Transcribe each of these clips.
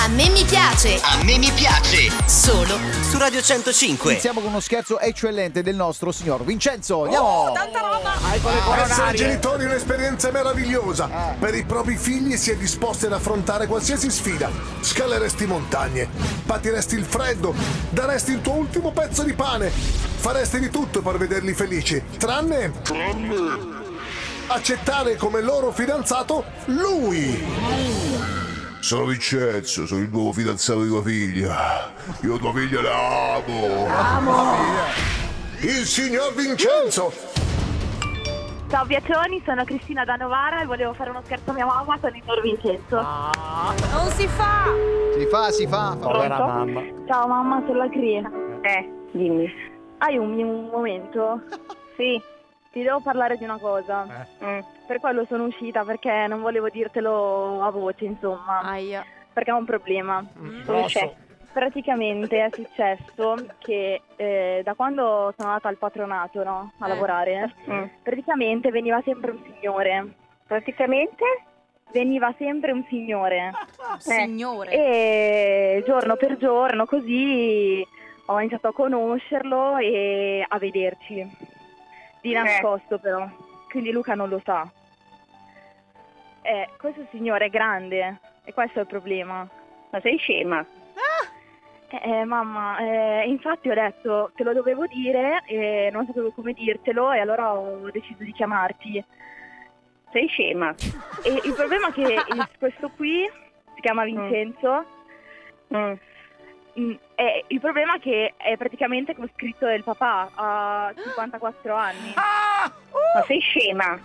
A me mi piace. A me mi piace. Solo Su Radio 105. Iniziamo con uno scherzo eccellente del nostro signor Vincenzo. Andiamo! tanta roba. Essere genitori è un'esperienza meravigliosa. Per i propri figli si è disposti ad affrontare qualsiasi sfida. Scaleresti montagne, patiresti il freddo, daresti il tuo ultimo pezzo di pane. Faresti di tutto per vederli felici, tranne accettare come loro fidanzato lui. Sono Vincenzo, sono il nuovo fidanzato di tua figlia. Io tua figlia la amo. Il signor Vincenzo. Ciao Piacioni, sono Cristina da Novara e volevo fare uno scherzo a mia mamma con il signor Vincenzo. Non si fa. Si fa. Povera mamma. Ciao mamma, sono la Cri. Dimmi. Hai un momento? Sì. Ti devo parlare di una cosa. Per quello sono uscita, perché non volevo dirtelo a voce, insomma. Aia. Perché ho un problema. Praticamente è successo che da quando sono andata al patronato, no, a lavorare, praticamente veniva sempre un signore. Veniva sempre un signore. Signore. E giorno per giorno così ho iniziato a conoscerlo e a vederci. Di nascosto però. Quindi Luca non lo sa. Questo signore è grande e questo è il problema. Ma sei scema? Mamma, infatti ho detto te lo dovevo dire e non sapevo come dirtelo e allora ho deciso di chiamarti. Sei scema? E il problema è che questo qui si chiama Vincenzo. Il problema è che è praticamente come scritto del papà, ha 54 anni. Ma sei scema?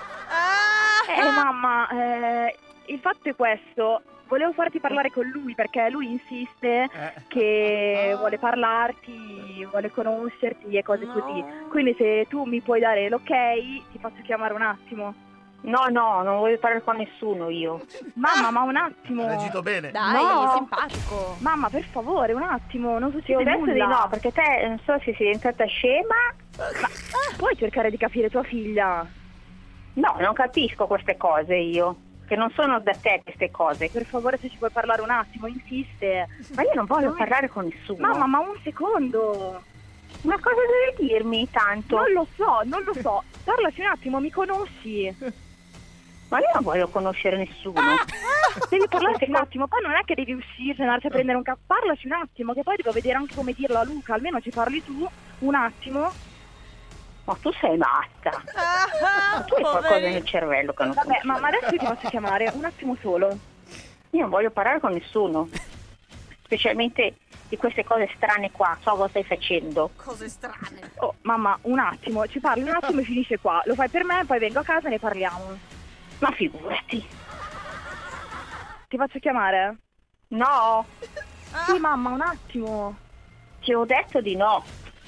Mamma, il fatto è questo. Volevo farti parlare con lui perché lui insiste che vuole parlarti, vuole conoscerti e cose così. Quindi se tu mi puoi dare l'ok, ti faccio chiamare un attimo. No, non voglio parlare con nessuno io. Mamma, ma un attimo. Reagito bene. Dai, No. simpatico. Mamma, per favore, un attimo, non Ti ho succede detto nulla. di no, perché te non so se sei diventata scema. Puoi cercare di capire tua figlia? No, non capisco queste cose io. Che non sono da te queste cose. Per favore, se ci puoi parlare un attimo, insiste. Ma io non voglio parlare con nessuno. Mamma, ma un secondo. Ma cosa devi dirmi tanto? Non lo so. Parlaci un attimo, mi conosci? Ma io non voglio conoscere nessuno. Devi parlarci un attimo, poi non è che devi uscire, andarci a prendere un caffè. Parlaci un attimo, che poi devo vedere anche come dirlo a Luca. Almeno ci parli tu, un attimo. Ma tu sei matta. Tu hai qualcosa nel cervello che non Vabbè, funziona. ma adesso ti faccio chiamare, un attimo solo. Io non voglio parlare con nessuno. Specialmente di queste cose strane qua. So cosa stai facendo. Cose strane. Oh, mamma, un attimo, ci parli un attimo e finisce qua. Lo fai per me, poi vengo a casa e ne parliamo. Ma figurati. Ti faccio chiamare? No, Sì, mamma, un attimo. ti ho detto di no.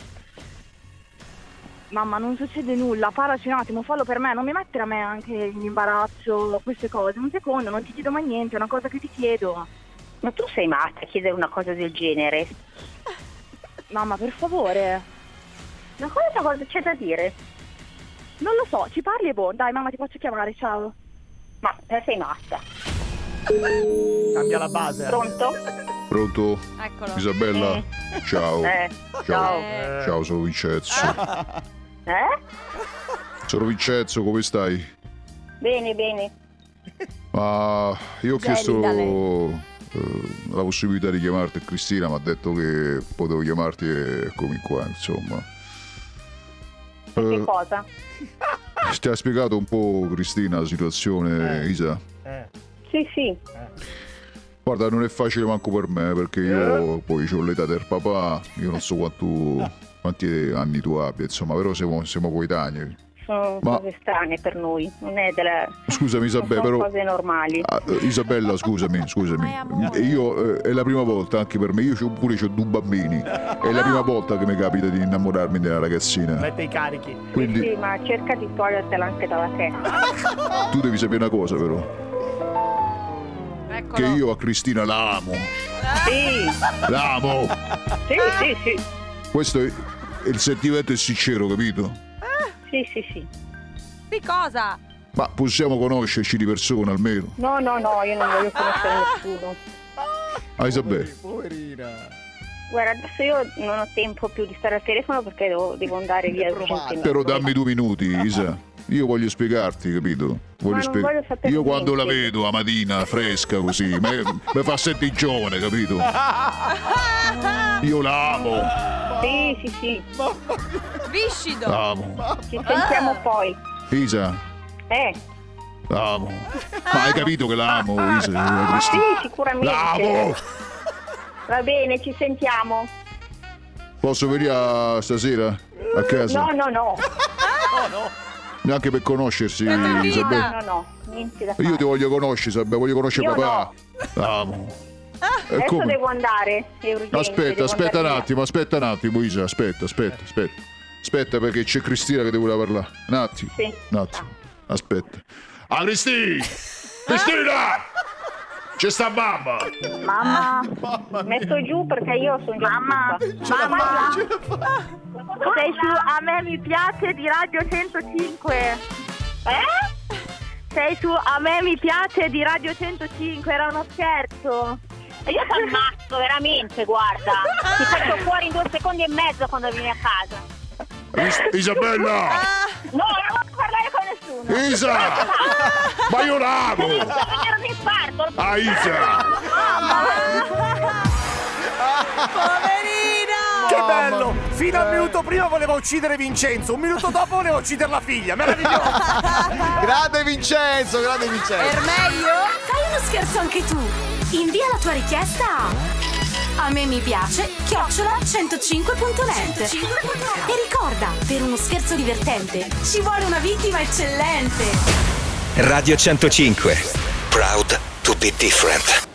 Mamma, non succede nulla, parlaci un attimo, fallo per me, non mi mettere a me anche in imbarazzo, queste cose. Un secondo, non ti chiedo mai niente, è una cosa che ti chiedo. Ma tu sei matta a chiedere una cosa del genere. Mamma, per favore. Ma cosa c'è da dire? Non lo so, ci parli e boh. Dai, mamma, ti faccio chiamare, ciao. Ma te sei matta. Cambia la base. Pronto? Pronto? Eccolo. Isabella? Ciao. Ciao. Ciao, sono Vincenzo. Sono Vincenzo, come stai? Bene. Ma io ho chiesto Gelida la possibilità di chiamarti. Cristina mi ha detto che potevo chiamarti e eccomi qua, insomma. Che cosa? Ti ha spiegato un po', Cristina, la situazione, Isa? Sì. Guarda, non è facile manco per me, perché io poi ho l'età del papà, io non so quanti anni tu abbia, insomma, però siamo coetanei. Sono cose strane per noi, non è della... Scusami Isabella, sono però... cose normali. Isabella, scusami. Io è la prima volta anche per me, io pure ho due bambini. È la prima volta che mi capita di innamorarmi della ragazzina. Mette i carichi. Quindi Sì, ma cerca di togliertela anche dalla testa. tu devi sapere una cosa però. Eccolo. Che io a Cristina la amo. Sì, La amo. sì. Questo è il sentimento è sincero, capito? Sì. Di cosa? Ma possiamo conoscerci di persona almeno? No, io non voglio conoscere nessuno. Ah, Isabella. Poverina. Guarda, adesso io non ho tempo più di stare al telefono perché devo andare via urgentemente. Però dammi 2 minuti, Isa. Io voglio spiegarti, capito? Ma non voglio sapere Io quando la niente. vedo la mattina fresca così, mi fa sentire giovane, capito? Io la amo. Sì. Viscido. Amo. Ci sentiamo poi. Isa, l'amo. Ma hai capito che l'amo, Isa? Sì, sicuramente. L'amo! Va bene, ci sentiamo. Posso venire stasera a casa? No. Neanche per conoscersi, vita. Isabella. No, niente da fare. Io ti voglio conoscere, Isabella, voglio conoscere Io papà. L'amo. Adesso devo andare, è urgente. Aspetta devo un attimo, Isa, aspetta. Aspetta perché c'è Cristina che ti vuole parlare. Un attimo. Sì. Un attimo. Aspetta. Ah, Cristina! C'è sta mamma! Mamma, metto giù perché io sono già Mamma, Sei su A me mi piace di Radio 105. Sei su A me mi piace di Radio 105, era uno scherzo. E io ti ammazzo, veramente, guarda. Ti faccio fuori in 2 secondi e mezzo quando vieni a casa. Isabella! No, non voglio parlare con nessuno. Isa! Ma io l'amo! Ero di infarto. Ah, Isa! Poverina. Che bello! Fino a un minuto prima voleva uccidere Vincenzo, un minuto dopo voleva uccidere la figlia. Meraviglioso! Grande Vincenzo. Ermeglio. Fai uno scherzo anche tu. Invia la tua richiesta a me mi piace @105.net. E ricorda, per uno scherzo divertente ci vuole una vittima eccellente. Radio 105. Proud to be different.